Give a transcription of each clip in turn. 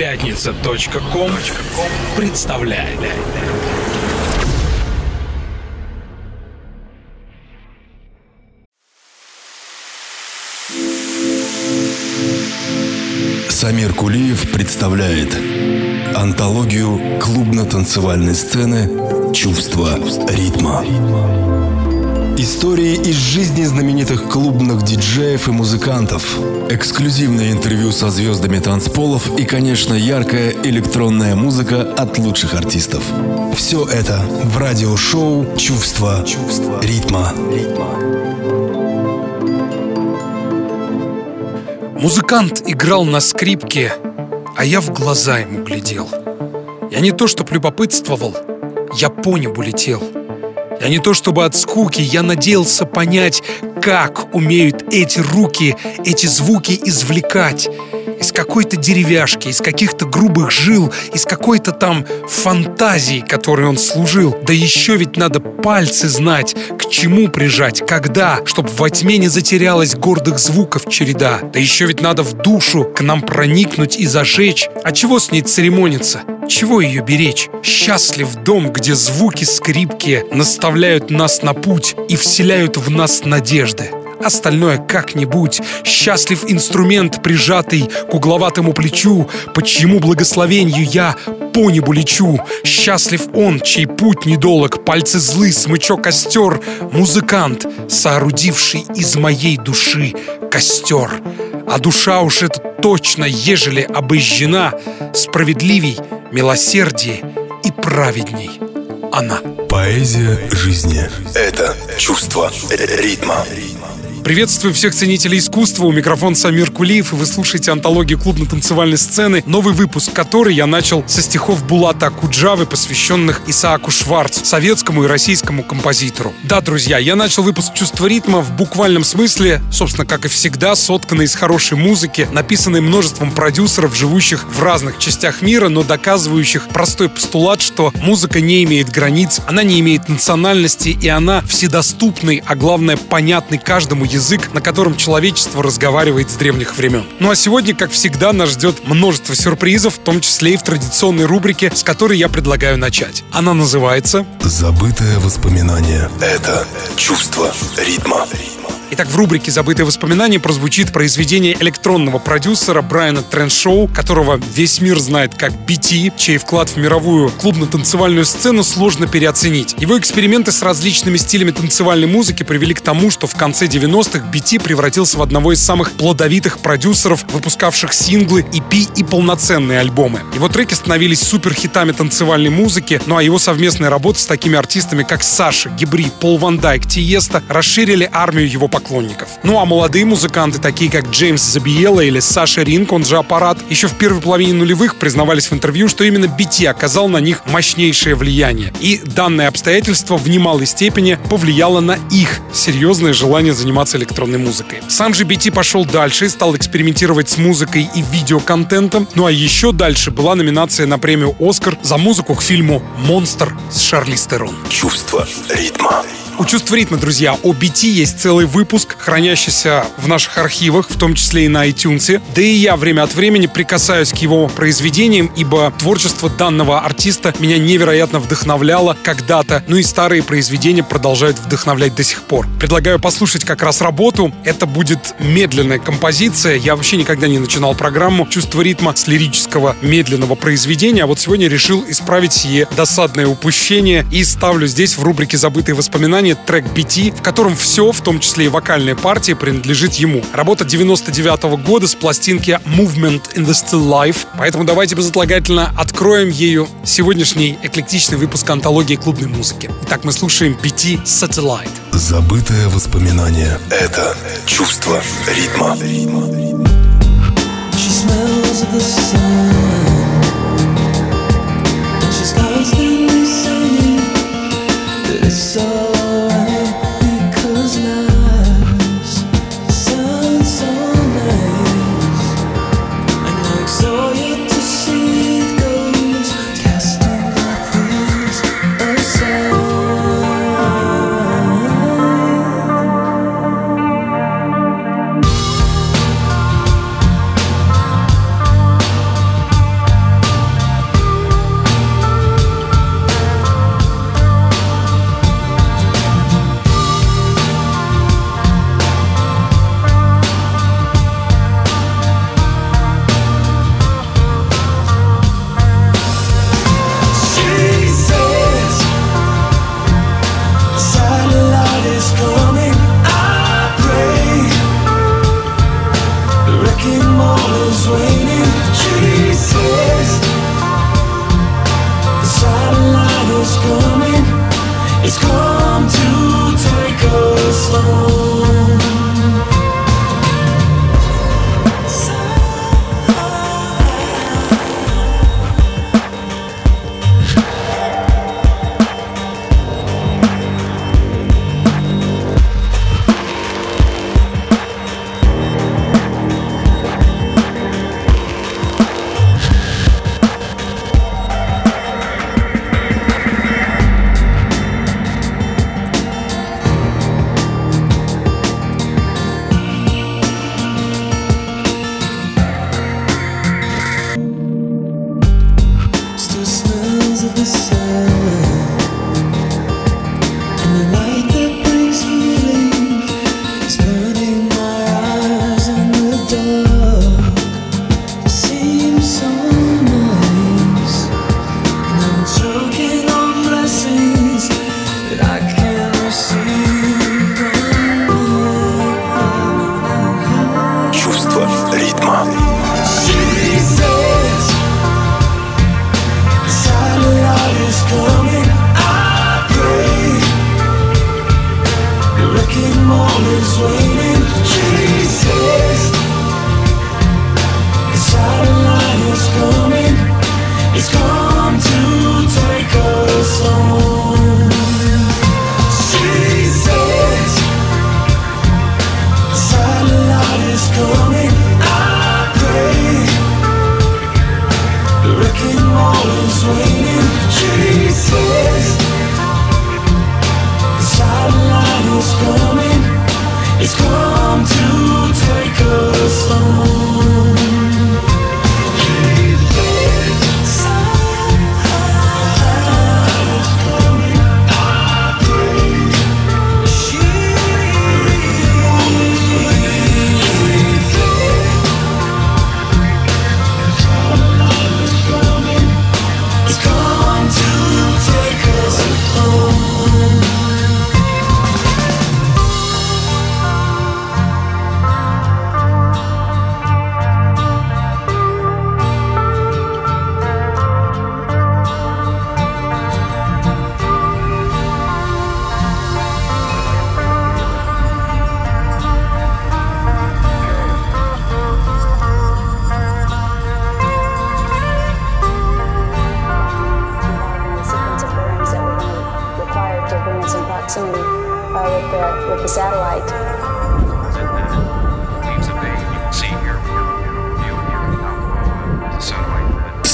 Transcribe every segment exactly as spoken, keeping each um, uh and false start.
Пятница точка ком представляет. Самир Кулиев представляет антологию клубно-танцевальной сцены «Чувство ритма». Истории из жизни знаменитых клубных диджеев и музыкантов, эксклюзивное интервью со звездами танцполов и, конечно, яркая электронная музыка от лучших артистов. Все это в радиошоу «Чувство ритма». Музыкант играл на скрипке, а я в глаза ему глядел. Я не то чтоб любопытствовал, я по небу летел. Я не то чтобы от скуки, я надеялся понять, как умеют эти руки эти звуки извлекать. Из какой-то деревяшки, из каких-то грубых жил, из какой-то там фантазии, которой он служил. Да еще ведь надо пальцы знать, к чему прижать, когда, чтоб во тьме не затерялась гордых звуков череда. Да еще ведь надо в душу к нам проникнуть и зажечь. А чего с ней церемониться? Чего ее беречь? Счастлив дом, где звуки скрипки наставляют нас на путь и вселяют в нас надежды. Остальное как-нибудь. Счастлив инструмент, прижатый к угловатому плечу, по чьему благословению я по небу лечу. Счастлив он, чей путь недолог, пальцы злы, смычок остер. Музыкант, соорудивший из моей души костер. А душа уж это точно, ежели обожжена, справедливей, милосердие и праведней она. Поэзия жизни – это чувство ритма. Приветствую всех ценителей искусства, у микрофона Самир Кулиев, и вы слушаете антологию клубно-танцевальной сцены, новый выпуск которой я начал со стихов Булата Акуджавы, посвященных Исааку Шварцу, советскому и российскому композитору. Да, друзья, я начал выпуск «Чувство ритма» в буквальном смысле, собственно, как и всегда, сотканный из хорошей музыки, написанной множеством продюсеров, живущих в разных частях мира, но доказывающих простой постулат, что музыка не имеет границ, она не имеет национальности, и она вседоступный, а главное, понятный каждому язык, на котором человечество разговаривает с древних времен. Ну а сегодня, как всегда, нас ждет множество сюрпризов, в том числе и в традиционной рубрике, с которой я предлагаю начать. Она называется «Забытое воспоминание». Это чувство ритма. Итак, в рубрике «Забытые воспоминания» прозвучит произведение электронного продюсера Брайана Треншоу, которого весь мир знает как би ти, чей вклад в мировую клубно-танцевальную сцену сложно переоценить. Его эксперименты с различными стилями танцевальной музыки привели к тому, что в конце девяностых би ти превратился в одного из самых плодовитых продюсеров, выпускавших синглы, и пи и полноценные альбомы. Его треки становились суперхитами танцевальной музыки, ну а его совместная работа с такими артистами, как Саша, Гибрид, Пол Ван Дайк, Тиеста, расширили армию его поклонников. Ну а молодые музыканты, такие как Джеймс Забиелла или Саша Ринг, он же Аппарат, еще в первой половине нулевых признавались в интервью, что именно би ти оказал на них мощнейшее влияние. И данное обстоятельство в немалой степени повлияло на их серьезное желание заниматься электронной музыкой. Сам же би ти пошел дальше и стал экспериментировать с музыкой и видеоконтентом. Ну а еще дальше была номинация на премию «Оскар» за музыку к фильму «Монстр» с Шарлиз Терон. Чувство ритма. У «Чувства ритма», друзья, о би ти есть целый выпуск, хранящийся в наших архивах, в том числе и на iTunes. Да и я время от времени прикасаюсь к его произведениям, ибо творчество данного артиста меня невероятно вдохновляло когда-то, ну и старые произведения продолжают вдохновлять до сих пор. Предлагаю послушать как раз работу. Это будет медленная композиция. Я вообще никогда не начинал программу «Чувство ритма» с лирического медленного произведения, а вот сегодня решил исправить сие досадное упущение и ставлю здесь в рубрике «Забытые воспоминания» трек би ти, в котором все, в том числе и вокальная партия, принадлежит ему. Работа девяносто девятого года с пластинки Movement in the Still Life. Поэтому давайте безотлагательно откроем ею сегодняшний эклектичный выпуск антологии клубной музыки. Итак, мы слушаем би ти Satellite. Забытое воспоминание. Это чувство ритма.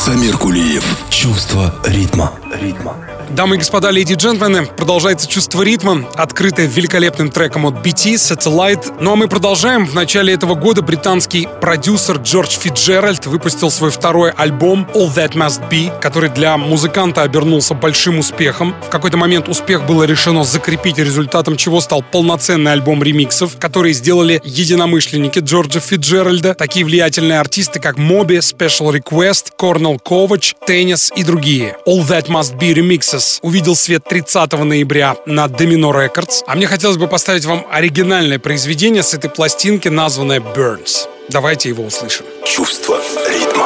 Самир Кулиев. Чувство ритма. Ритма. Дамы и господа, леди и джентльмены, продолжается «Чувство ритма», открытое великолепным треком от би ти «Satellite». Ну а мы продолжаем. В начале этого года британский продюсер Джордж Фитджеральд выпустил свой второй альбом «All That Must Be», который для музыканта обернулся большим успехом. В какой-то момент успех было решено закрепить, результатом чего стал полноценный альбом ремиксов, которые сделали единомышленники Джорджа Фитджеральда, такие влиятельные артисты, как Моби, Special Request, Корнел Ковач, Теннис и другие. «All That Must Be Remixes» увидел свет тридцатого ноября на Domino Records. А мне хотелось бы поставить вам оригинальное произведение с этой пластинки, названное Burns. Давайте его услышим. Чувство ритма.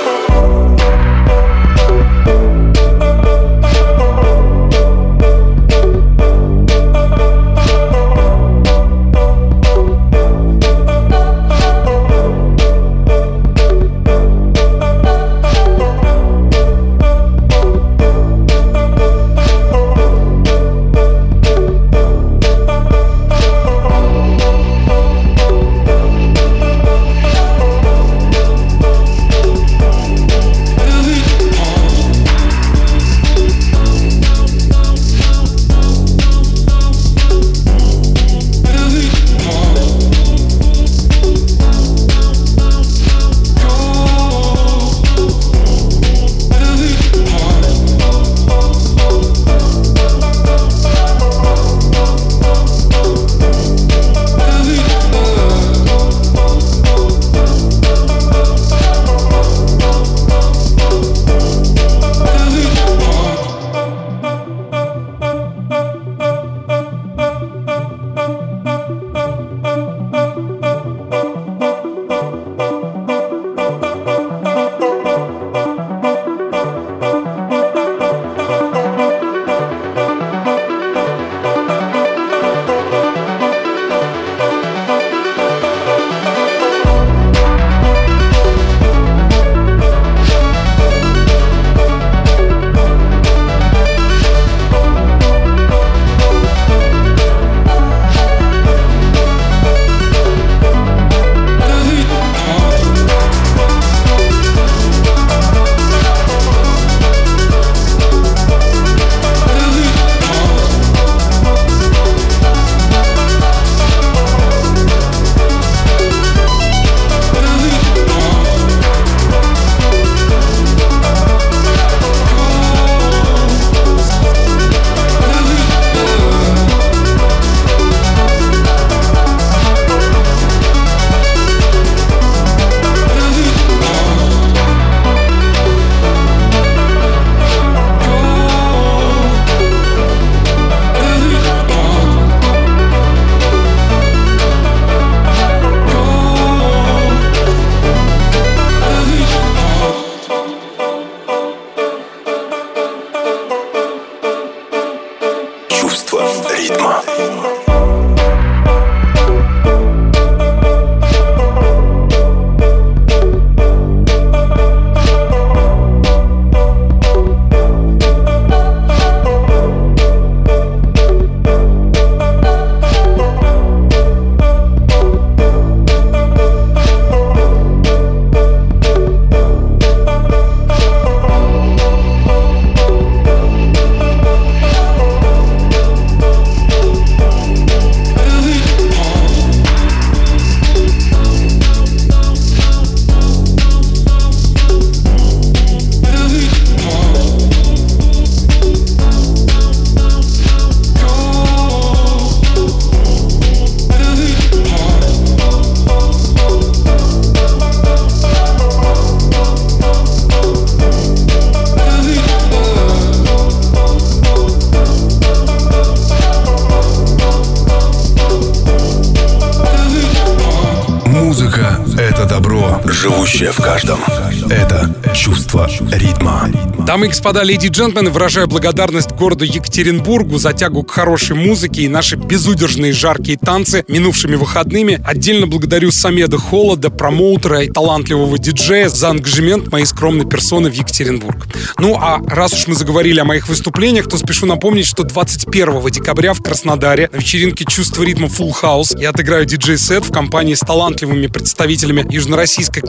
Живущее в каждом. Это чувство ритма. Дамы и господа, леди и джентльмены, выражаю благодарность городу Екатеринбургу за тягу к хорошей музыке и наши безудержные жаркие танцы минувшими выходными. Отдельно благодарю Самеда Холода, промоутера и талантливого диджея, за ангажемент моей скромной персоны в Екатеринбург. Ну а раз уж мы заговорили о моих выступлениях, то спешу напомнить, что двадцать первого декабря в Краснодаре на вечеринке «Чувство ритма Full House» я отыграю диджей-сет в компании с талантливыми представителями южнороссийской клубно-танцевальной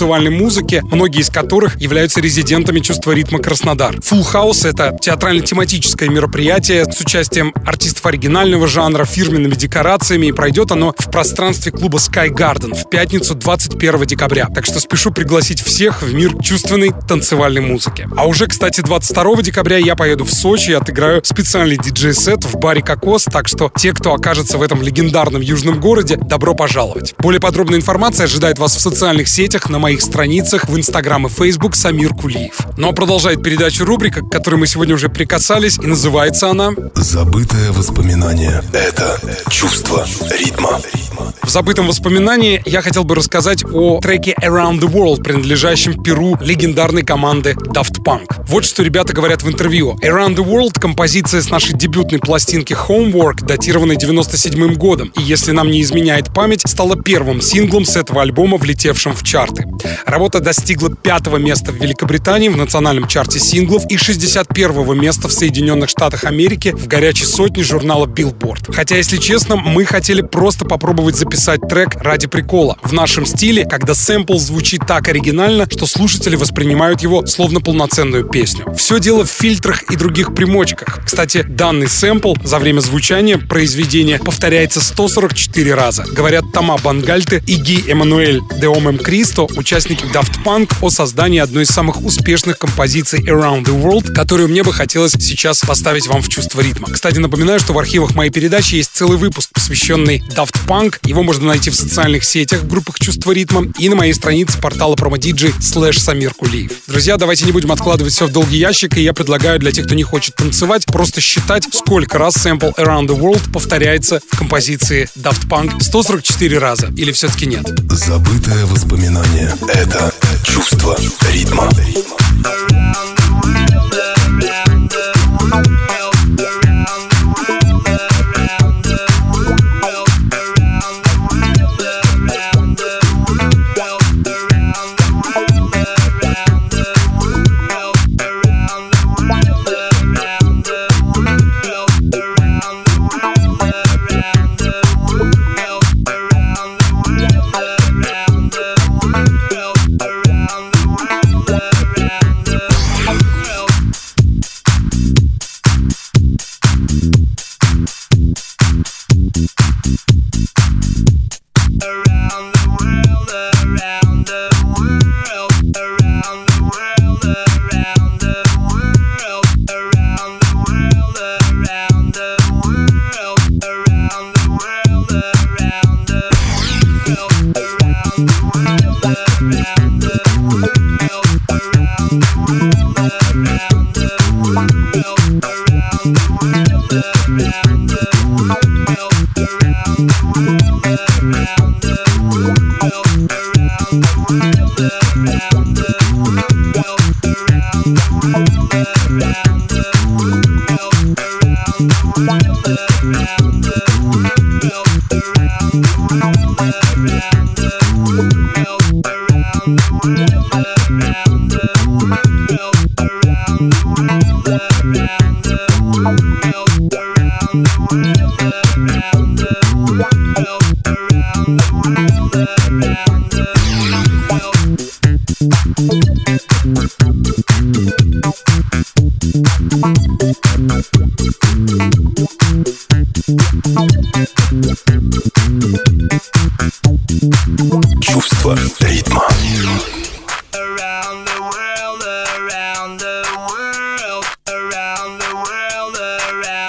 танцевальной музыки, многие из которых являются резидентами «Чувства ритма» Краснодар. Full House — это театрально-тематическое мероприятие с участием артистов оригинального жанра, фирменными декорациями, и пройдет оно в пространстве клуба Sky Garden в пятницу двадцать первого декабря. Так что спешу пригласить всех в мир чувственной танцевальной музыки. А уже, кстати, двадцать второго декабря я поеду в Сочи и отыграю специальный диджей-сет в баре «Кокос», так что те, кто окажется в этом легендарном южном городе, добро пожаловать. Более подробная информация ожидает вас в социальных сетях, на моих страницах в Инстаграм и Фейсбук Самир Кулиев. Ну а продолжает передачу рубрика, к которой мы сегодня уже прикасались, и называется она «Забытое воспоминание». Это чувство ритма. В забытом воспоминании я хотел бы рассказать о треке Around the World, принадлежащем перу легендарной команды Daft Punk. Вот что ребята говорят в интервью. Around the World — композиция с нашей дебютной пластинки Homework, датированной девяносто седьмым годом, и, если нам не изменяет память, стала первым синглом с этого альбома, влетевшим в чарты. Работа достигла пятого места в Великобритании в национальном чарте синглов и шестьдесят первого места в Соединенных Штатах Америки в горячей сотне журнала Billboard. Хотя, если честно, мы хотели просто попробовать записать трек ради прикола, в нашем стиле, когда сэмпл звучит так оригинально, что слушатели воспринимают его словно полноценную песню. Все дело в фильтрах и других примочках. Кстати, данный сэмпл за время звучания произведения повторяется сто сорок четыре раза. Говорят Тома Бангальте и Ги Эммануэль де Омем Кристо, участники Daft Punk, о создании одной из самых успешных композиций Around the World, которую мне бы хотелось сейчас поставить вам в чувство ритма. Кстати, напоминаю, что в архивах моей передачи есть целый выпуск, посвященный Daft Punk. Его можно найти в социальных сетях, в группах «Чувство ритма» и на моей странице портала промодиджей слэш Самир Кулиев. Друзья, давайте не будем откладывать все в долгий ящик, и я предлагаю для тех, кто не хочет танцевать, просто считать, сколько раз сэмпл Around the World повторяется в композиции Daft Punk. сто сорок четыре раза. Или все-таки нет? Забытое воспоминание. Это чувство ритма. Чувство ритма. Around the world, around the world, around the world, around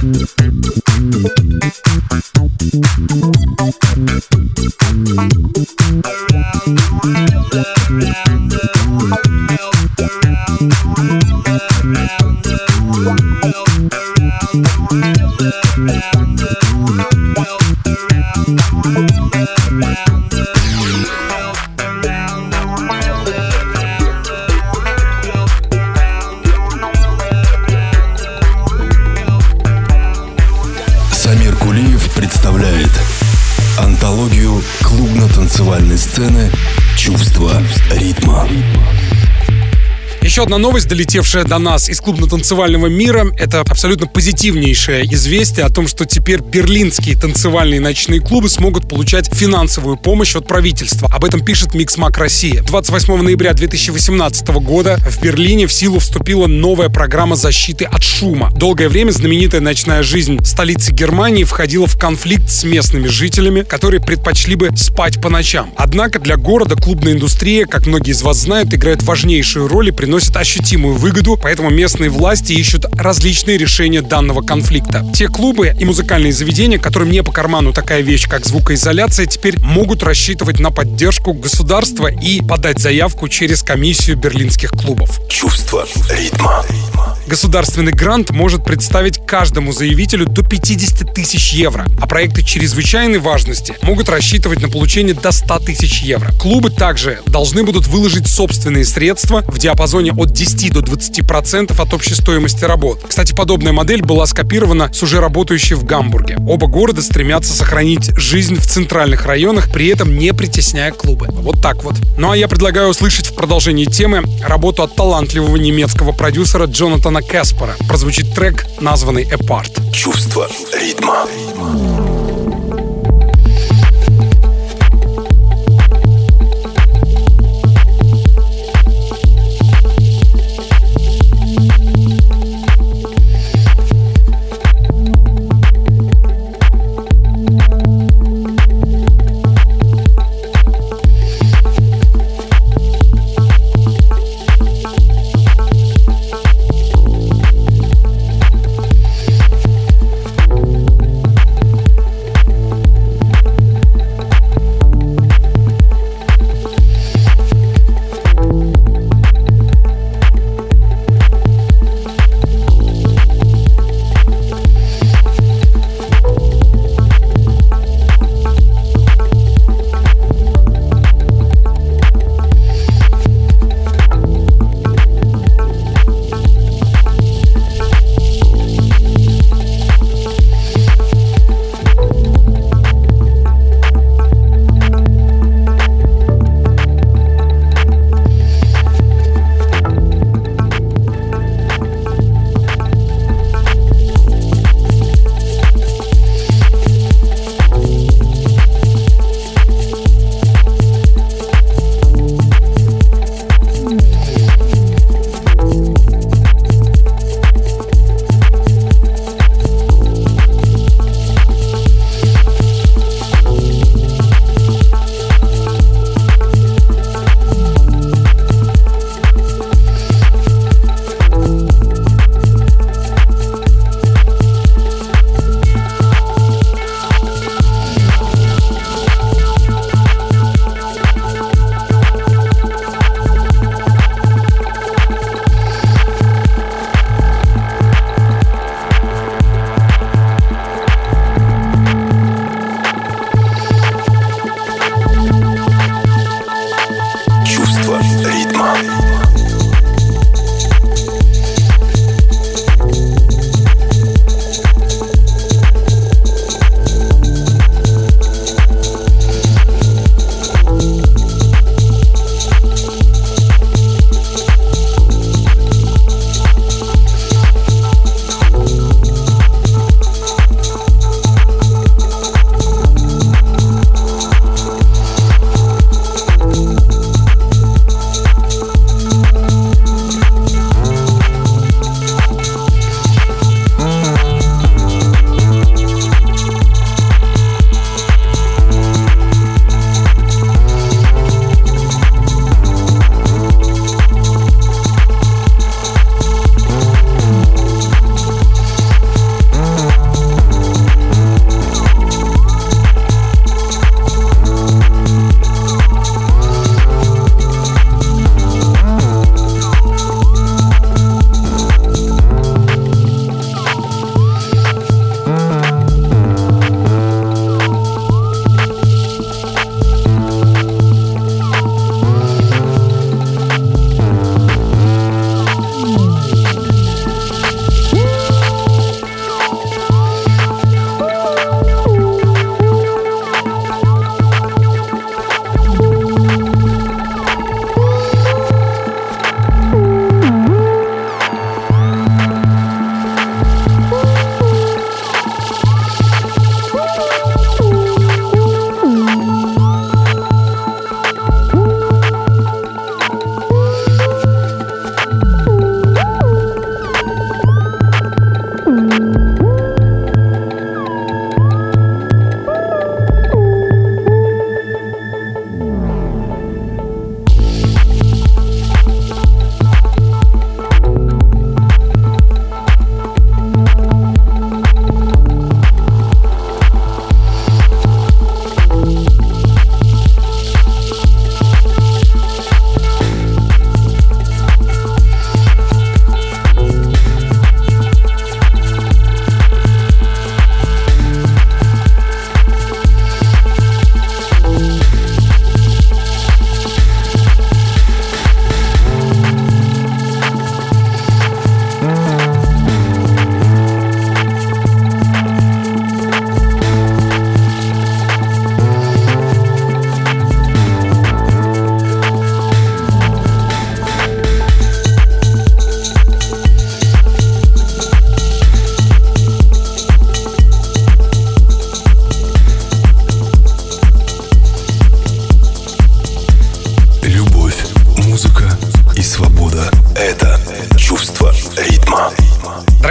Самир Кулиев представляет антологию клубно-танцевальной сцены «Чувство ритма». Еще одна новость, долетевшая до нас из клубно-танцевального мира, это абсолютно позитивнейшее известие о том, что теперь берлинские танцевальные ночные клубы смогут получать финансовую помощь от правительства. Об этом пишет Mixmag Россия. двадцать восьмого ноября две тысячи восемнадцатого года в Берлине в силу вступила новая программа защиты от шума. Долгое время знаменитая ночная жизнь столицы Германии входила в конфликт с местными жителями, которые предпочли бы спать по ночам. Однако для города клубная индустрия, как многие из вас знают, играет важнейшую роль и приносит ощутимую выгоду, поэтому местные власти ищут различные решения данного конфликта. Те клубы и музыкальные заведения, которым не по карману такая вещь, как звукоизоляция, теперь могут рассчитывать на поддержку государства и подать заявку через комиссию берлинских клубов. Чувство ритма. Государственный грант может представить каждому заявителю до пятьдесят тысяч евро, а проекты чрезвычайной важности могут рассчитывать на получение до ста тысяч евро. Клубы также должны будут выложить собственные средства в диапазоне от десяти до двадцати процентов от общей стоимости работ. Кстати, подобная модель была скопирована с уже работающей в Гамбурге. Оба города стремятся сохранить жизнь в центральных районах, при этом не притесняя клубы. Вот так вот. Ну а я предлагаю услышать в продолжении темы работу от талантливого немецкого продюсера Джонатана Каспера. Прозвучит трек, названный Apart. Чувство ритма.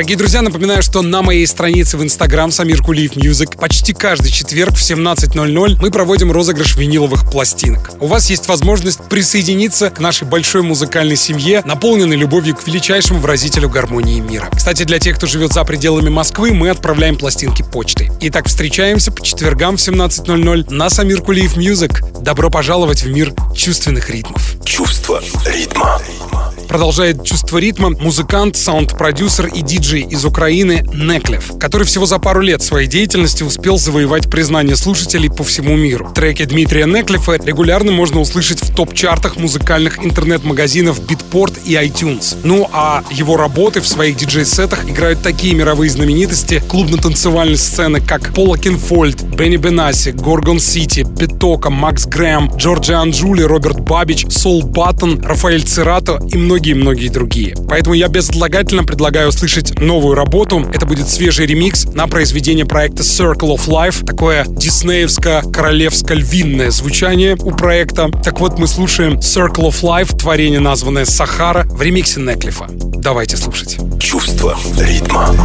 Дорогие друзья, напоминаю, что на моей странице в Instagram Самир Кулиев Music почти каждый четверг в семнадцать ноль ноль мы проводим розыгрыш виниловых пластинок. У вас есть возможность присоединиться к нашей большой музыкальной семье, наполненной любовью к величайшему выразителю гармонии мира. Кстати, для тех, кто живет за пределами Москвы, мы отправляем пластинки почтой. Итак, встречаемся по четвергам в семнадцать ноль ноль на Самир Кулиев Music. Добро пожаловать в мир чувственных ритмов. Чувство ритма. Продолжает чувство ритма музыкант, саунд-продюсер и диджей из Украины Неклев, который всего за пару лет своей деятельности успел завоевать признание слушателей по всему миру. Треки Дмитрия Неклефа регулярно можно услышать в топ-чартах музыкальных интернет-магазинов Beatport и iTunes. Ну а его работы в своих диджей-сетах играют такие мировые знаменитости клубно-танцевальной сцены, как Пол Окенфольд, Бенни Бенаси, Горгон Сити, Битока, Макс Грэм, Джорджи Анджули, Роберт Бабич, Сол Баттон, Рафаэль Церато и многие-многие другие. Поэтому я безотлагательно предлагаю услышать новую работу. Это будет свежий ремикс на произведение проекта Circle of Life. Такое диснеевско-королевско-львиное звучание у проекта. Так вот, мы слушаем Circle of Life, творение, названное Сахара, в ремиксе Неклефа. Давайте слушать. Чувство ритма.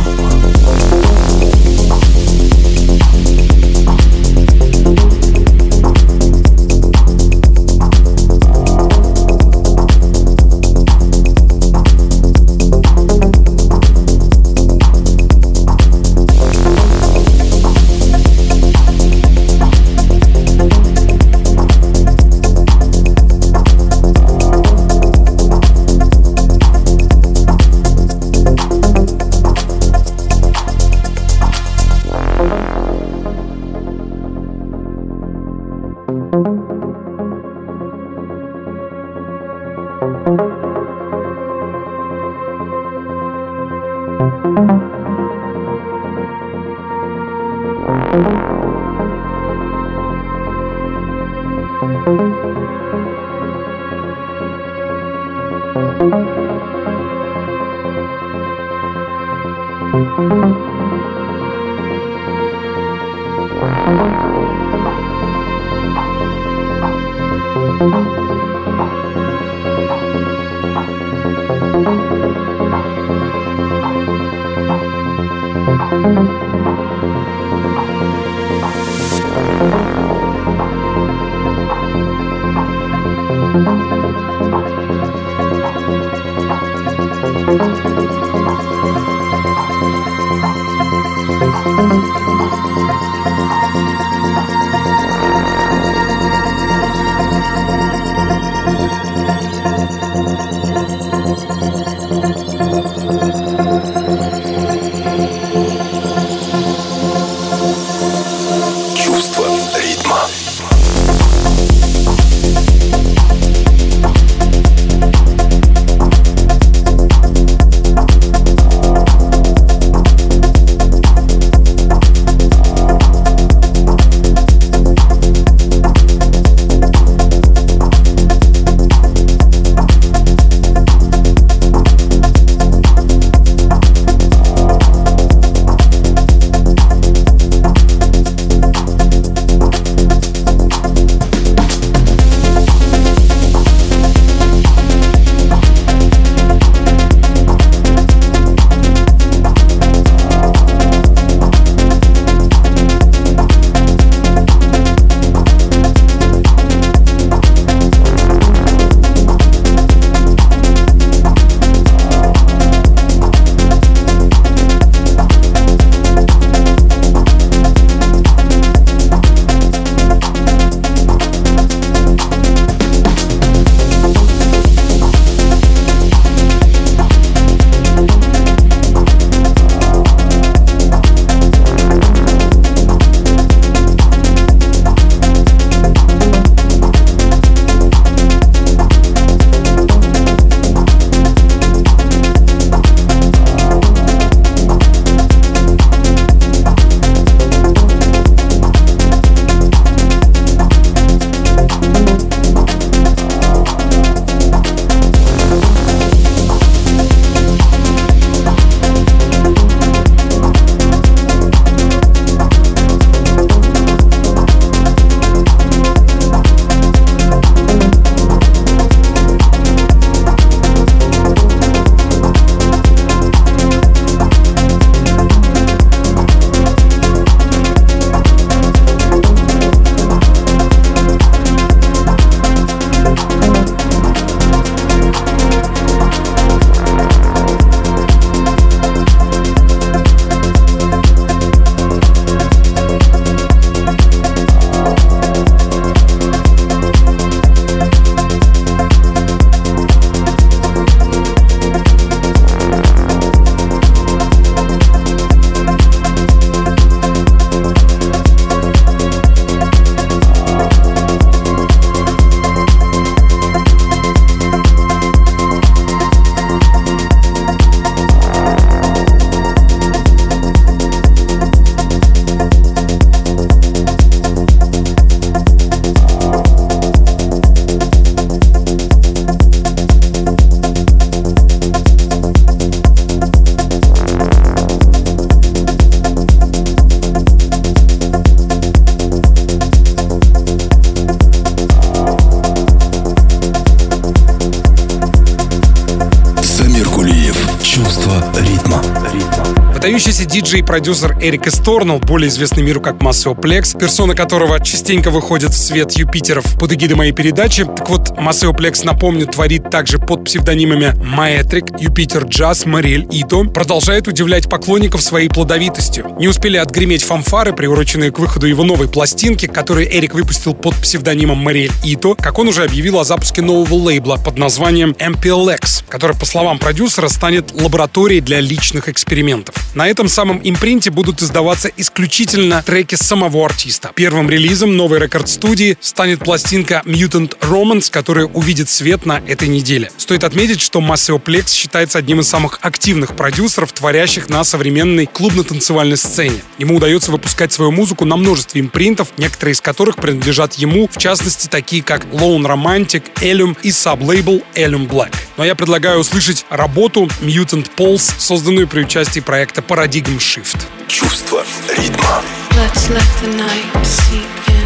процессе диджей и продюсер Эрик Эсторнелл, более известный миру как Maceo Plex, персона которого частенько выходит в свет Юпитеров под эгидой моей передачи. Так вот, Maceo Plex, напомню, творит также под псевдонимами Maetric, Юпитер Джаз, Мариэль Ито, продолжает удивлять поклонников своей плодовитостью. Не успели отгреметь фанфары, приуроченные к выходу его новой пластинки, которую Эрик выпустил под псевдонимом Мариэль Ито, как он уже объявил о запуске нового лейбла под названием эм пи эл экс, который, по словам продюсера, станет лабораторией для личных экспериментов. На этом самом импринте будут издаваться исключительно треки самого артиста. Первым релизом новой рекорд-студии станет пластинка Mutant Romance, которая увидит свет на этой неделе. Стоит отметить, что Maceo Plex считается одним из самых активных продюсеров, творящих на современной клубно-танцевальной сцене. Ему удается выпускать свою музыку на множестве импринтов, некоторые из которых принадлежат ему, в частности, такие как Lone Romantic, Elum и саблейбл Elum Black. Но я предлагаю услышать работу Mutant Pulse, созданную при участии проекта Paradigm Shift. Чувство ритма. Let's let the night seep in.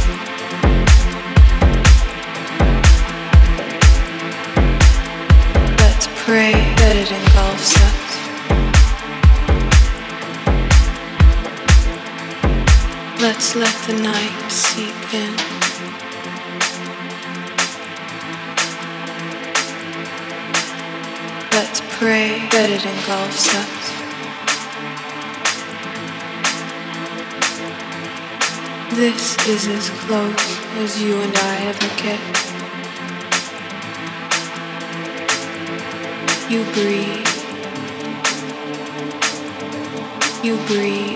Let's pray that it engulfs us. Let's let the night seep in. Let's pray that it engulfs us. This is as close as you and I ever get. You breathe. You breathe.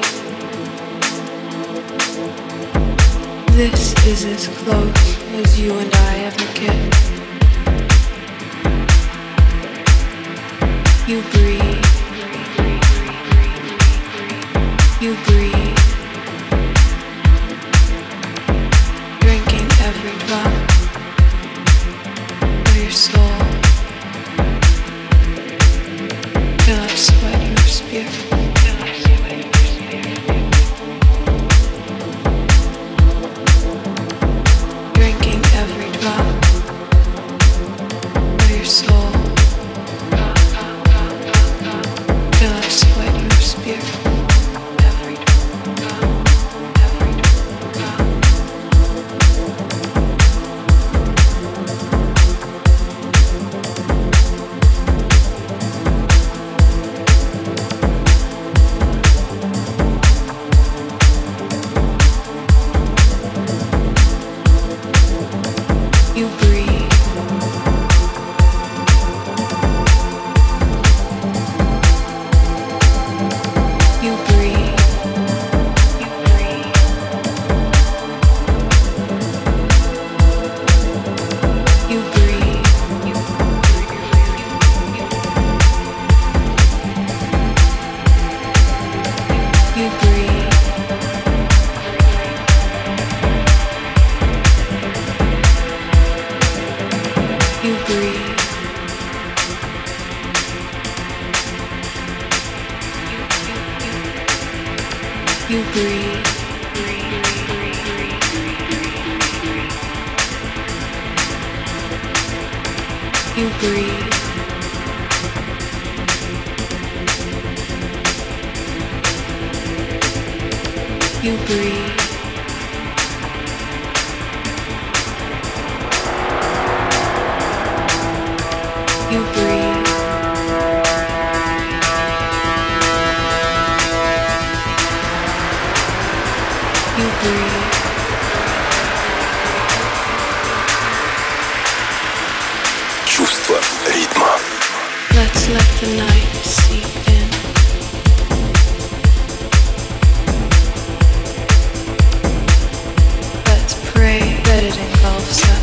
This is as close as you and I ever get. You breathe. You breathe. Drinking every drop of your soul till I sweat your spirit. Drinking every drop of your soul till I sweat your spirit. You breathe. You breathe. You breathe. You breathe. You breathe. Чувство ритма. Let's let the night seep in. Let's pray that it engulfs us.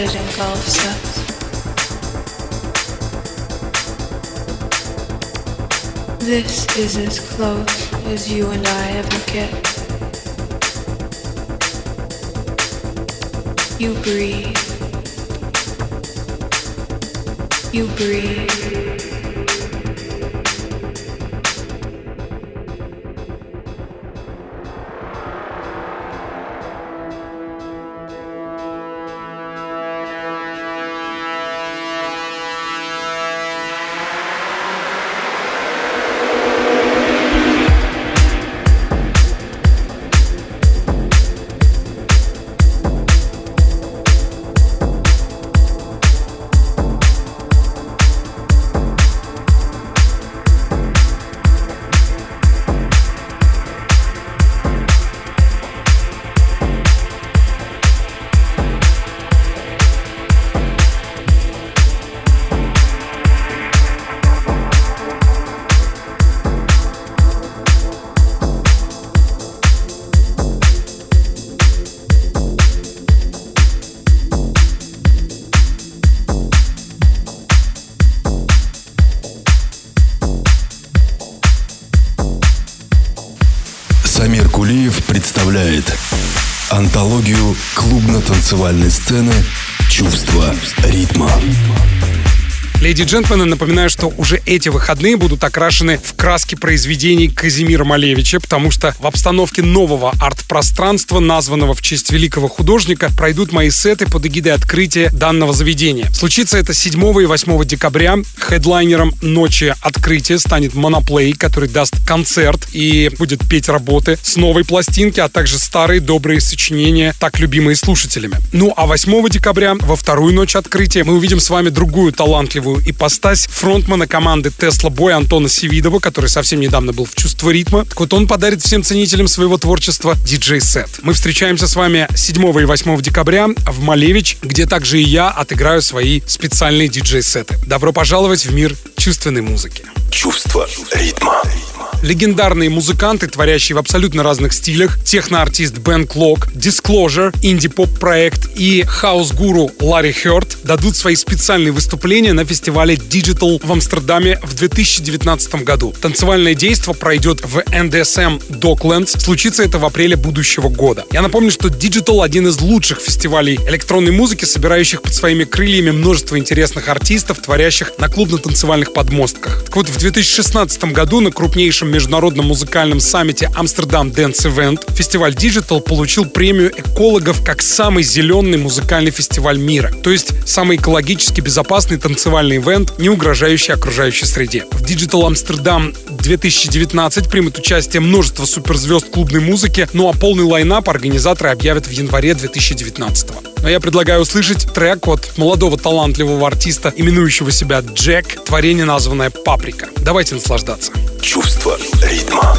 it engulfs us. This is as close as you and I ever get. You breathe. You breathe. Самир Кулиев представляет антологию клубно-танцевальной сцены «Чувство ритма». Леди и джентльмены, напоминаю, что уже эти выходные будут окрашены в краски произведений Казимира Малевича, потому что в обстановке нового арт-пространства, названного в честь великого художника, пройдут мои сеты под эгидой открытия данного заведения. Случится это седьмого и восьмого декабря. Хедлайнером ночи открытия станет Моноплей, который даст концерт и будет петь работы с новой пластинки, а также старые добрые сочинения, так любимые слушателями. Ну а восьмого декабря, во вторую ночь открытия, мы увидим с вами другую талантливую ипостась фронтмана команды Tesla Boy Антона Севидова, который совсем недавно был в «Чувство ритма». Так вот, он подарит всем ценителям своего творчества диджей-сет. Мы встречаемся с вами седьмого и восьмого декабря в Малевич, где также и я отыграю свои специальные диджей-сеты. Добро пожаловать в мир чувственной музыки. Чувство ритма. Легендарные музыканты, творящие в абсолютно разных стилях, техно-артист Бен Клок, Disclosure, инди-поп-проект и хаус-гуру Ларри Хёрд дадут свои специальные выступления на фестивале Digital в Амстердаме в две тысячи девятнадцатом году. Танцевальное действо пройдет в эн ди эс эм Docklands. Случится это в апреле будущего года. Я напомню, что Digital — один из лучших фестивалей электронной музыки, собирающих под своими крыльями множество интересных артистов, творящих на клубно-танцевальных подмостках. Так вот, в две тысячи шестнадцатом году на крупнейшем международном музыкальном саммите Amsterdam Dance Event фестиваль Digital получил премию экологов как самый зеленый музыкальный фестиваль мира. То есть самый экологически безопасный танцевальный ивент, не угрожающий окружающей среде. В Digital Amsterdam две тысячи девятнадцать примут участие множество суперзвезд клубной музыки, ну а полный лайнап организаторы объявят в январе две тысячи девятнадцатого. Но я предлагаю услышать трек от молодого талантливого артиста, именующего себя Джек, творение, названное «Паприка». Давайте наслаждаться. Чувство ритма.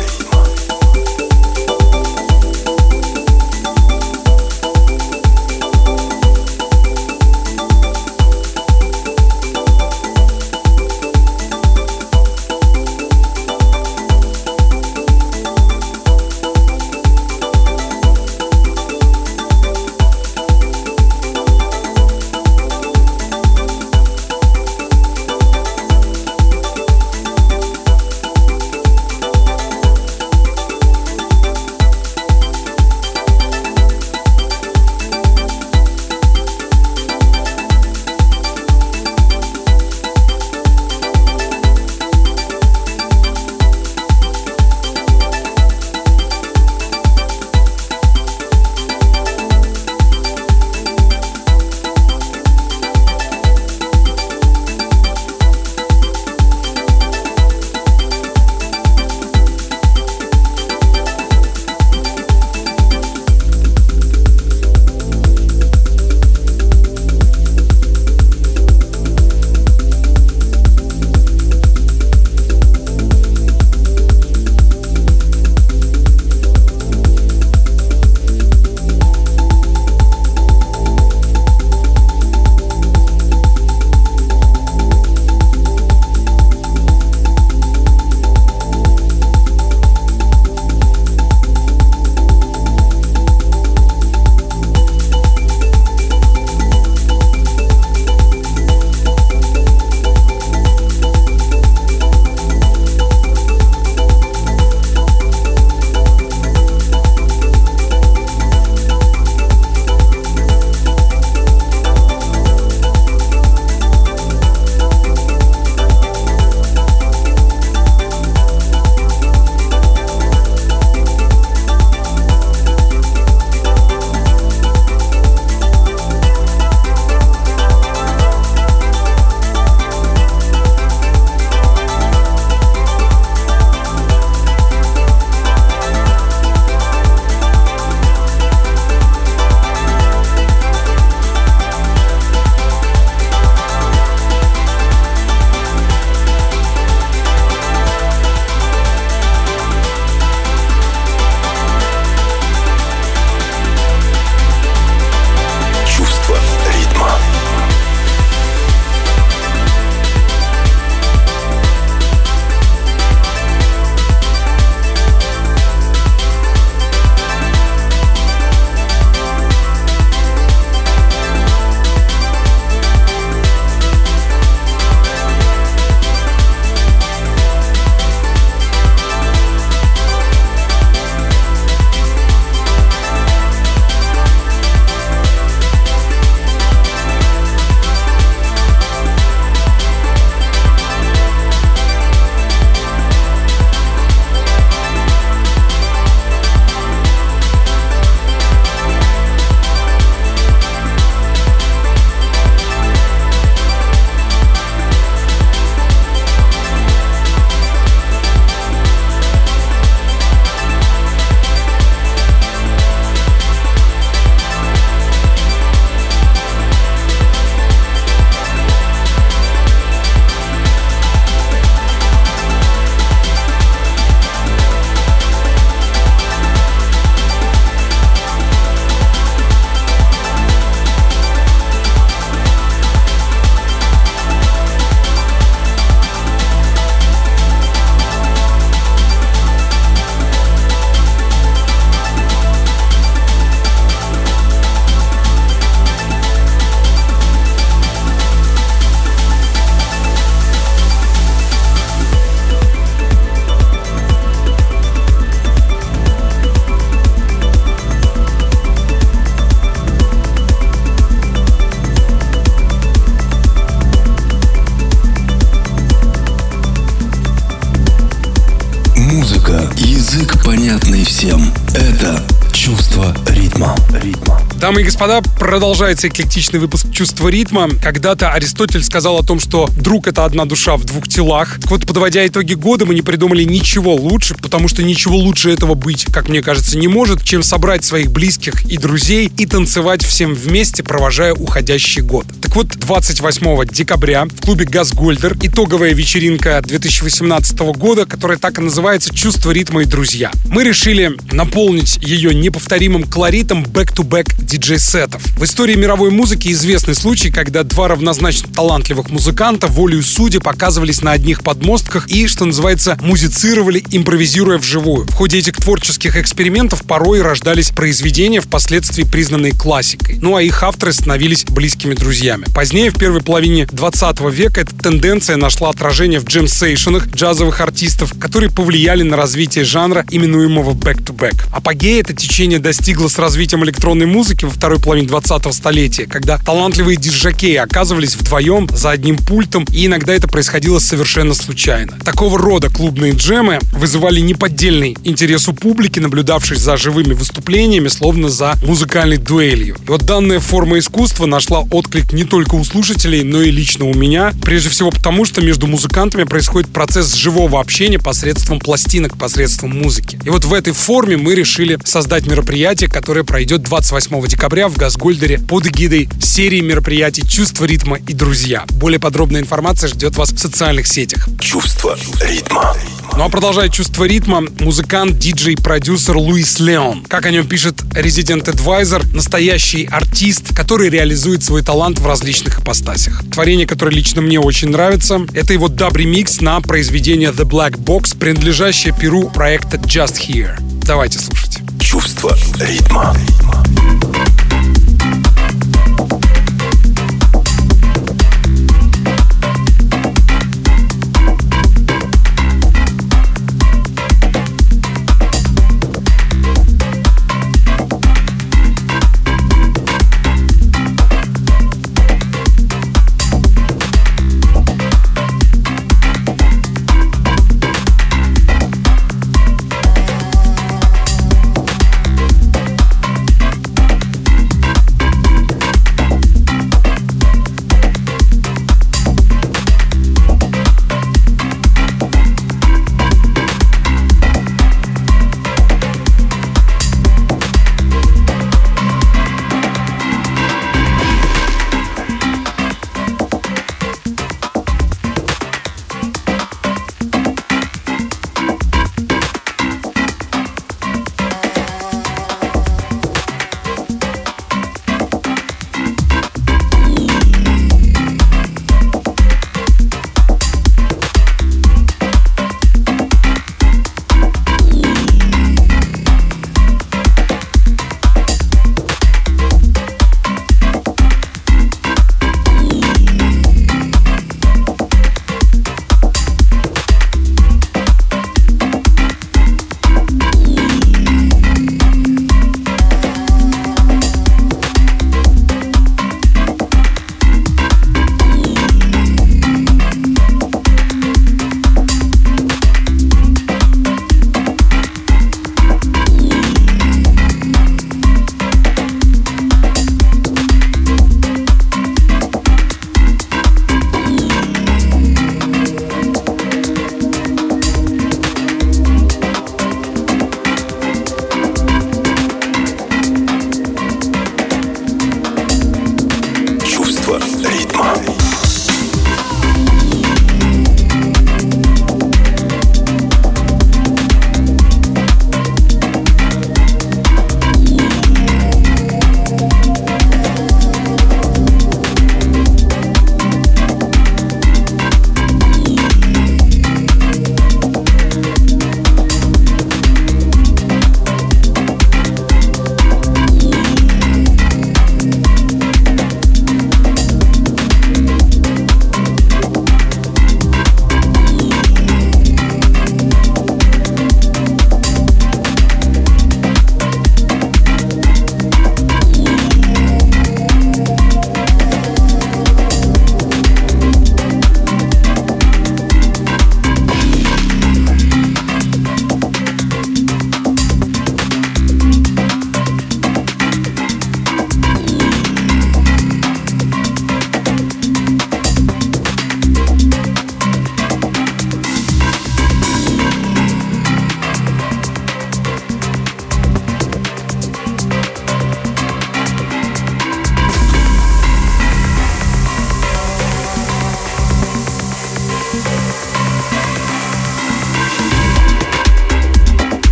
Язык, понятный всем. Это чувство ритма. Ритма. Дамы и господа, продолжается эклектичный выпуск «Чувство ритма». Когда-то Аристотель сказал о том, что друг — это одна душа в двух телах. Так вот, подводя итоги года, мы не придумали ничего лучше, потому что ничего лучше этого быть, как мне кажется, не может, чем собрать своих близких и друзей и танцевать всем вместе, провожая уходящий год. Так вот, двадцать восьмого декабря в клубе «Газгольдер» итоговая вечеринка две тысячи восемнадцатого года, которая так и называется «Чувство ритма и друзья». Мы решили наполнить ее неповторимым колоритом бэк-ту-бэк диджей-сетов. В истории мировой музыки известный случай, когда два равнозначно талантливых музыканта волею судеб оказывались на одних подмостках и, что называется, музицировали, импровизируя вживую. В ходе этих творческих экспериментов порой рождались произведения, впоследствии признанные классикой. Ну а их авторы становились близкими друзьями. Позднее, в первой половине двадцатого века, эта тенденция нашла отражение в джем-сейшенах джазовых артистов, которые повлияли на развитие жанра, именуемого бэк-ту-бэк. Апогея это течение достигло с развитием электронной музыки во второй половине двадцатого столетия, когда талантливые диджакеи оказывались вдвоем за одним пультом, и иногда это происходило совершенно случайно. Такого рода клубные джемы вызывали неподдельный интерес у публики, наблюдавшей за живыми выступлениями, словно за музыкальной дуэлью. И вот данная форма искусства нашла отклик не только у слушателей, но и лично у меня, прежде всего потому, что между музыкантами происходит процесс живого общения посредством пластинок, посредством музыки. И вот в этой форме мы решили создать мероприятие, которое пройдет двадцать восьмого декабря в Газгольдере под эгидой серии мероприятий «Чувство ритма и друзья». Более подробная информация ждет вас в социальных сетях. Чувство ритма. Ну а продолжает «Чувство ритма» музыкант, диджей, продюсер Луис Леон. Как о нем пишет Resident Advisor, настоящий артист, который реализует свой талант в различных ипостасях. Творение, которое лично мне очень нравится, это его даб-ремикс на произведение The Black Box, принадлежащее перу проекта Just Here. Давайте слушать. Чувство ритма.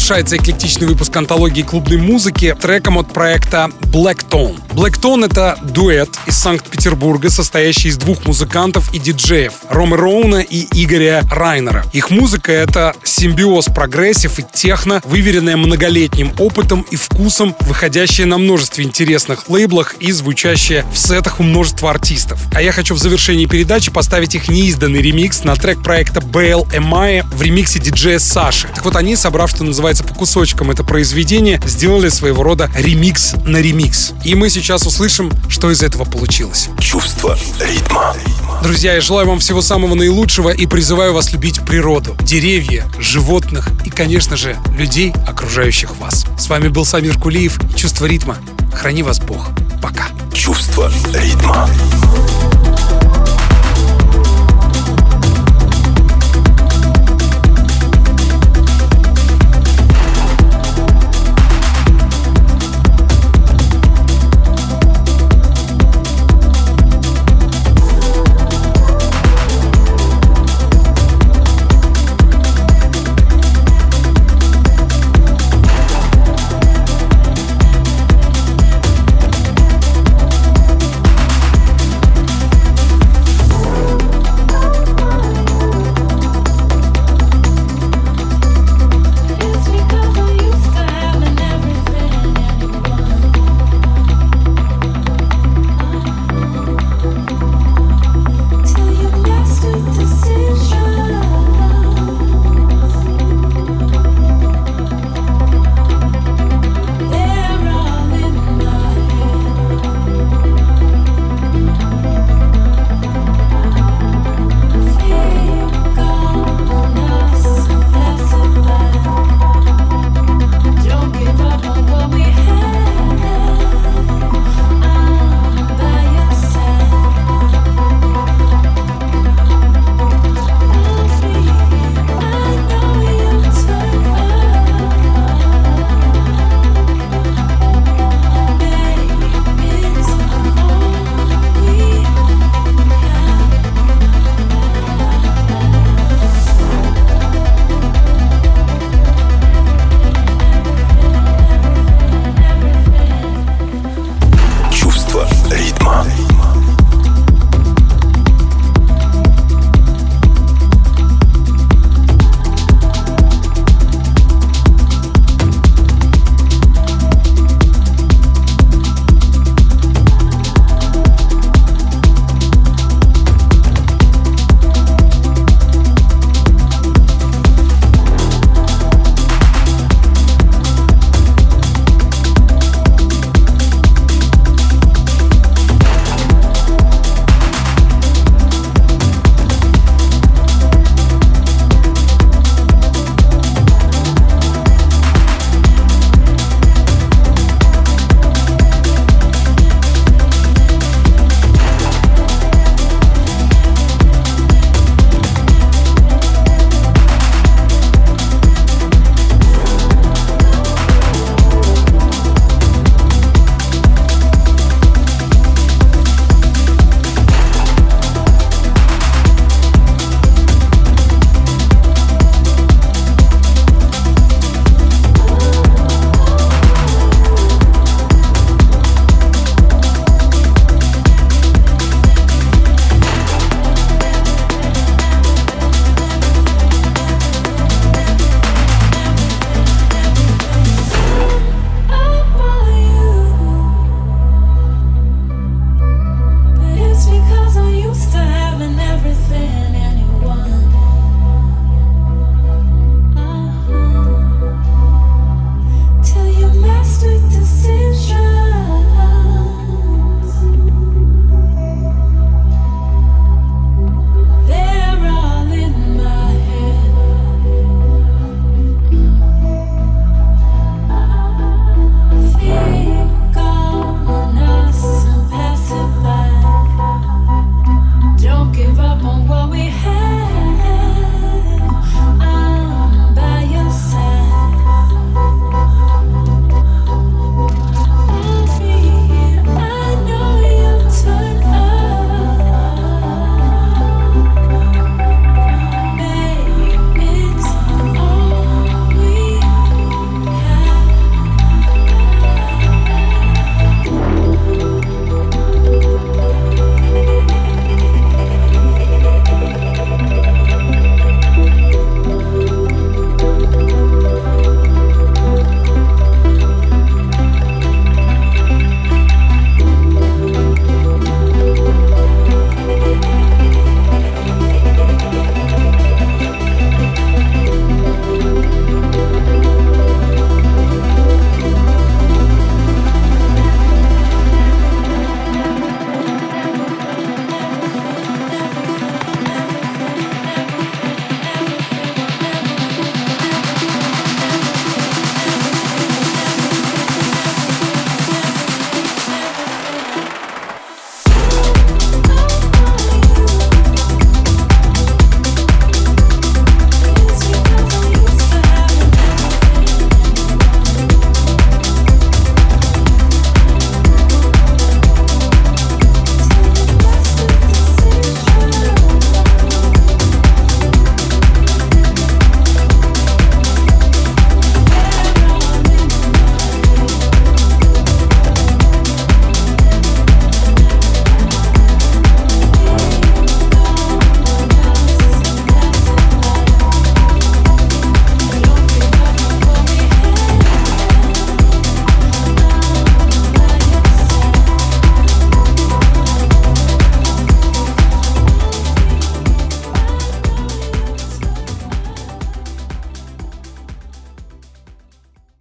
завершается эклектичный выпуск антологии клубной музыки треком от проекта Black Tone. Black Tone — это дуэт из Санкт-Петербурга, состоящий из двух музыкантов и диджеев — Ромы Роуна и Игоря Райнера. Их музыка — это симбиоз прогрессив и техно, выверенная многолетним опытом и вкусом, выходящая на множестве интересных лейблах и звучащая в сетах у множества артистов. А я хочу в завершении передачи поставить их неизданный ремикс на трек проекта Бейл Эмайя в ремиксе диджея Саши. Так вот, они, собрав, что называется, по кусочкам это произведение, сделали своего рода ремикс на ремикс. И мы сейчас услышим, что из этого получилось. Чувство ритма. Друзья, я желаю вам всего самого наилучшего и призываю вас любить природу, деревья, животных и, конечно же, людей, окружающих вас. С вами был Самир Кулиев и «Чувство ритма». Храни вас Бог. Пока. Чувство ритма.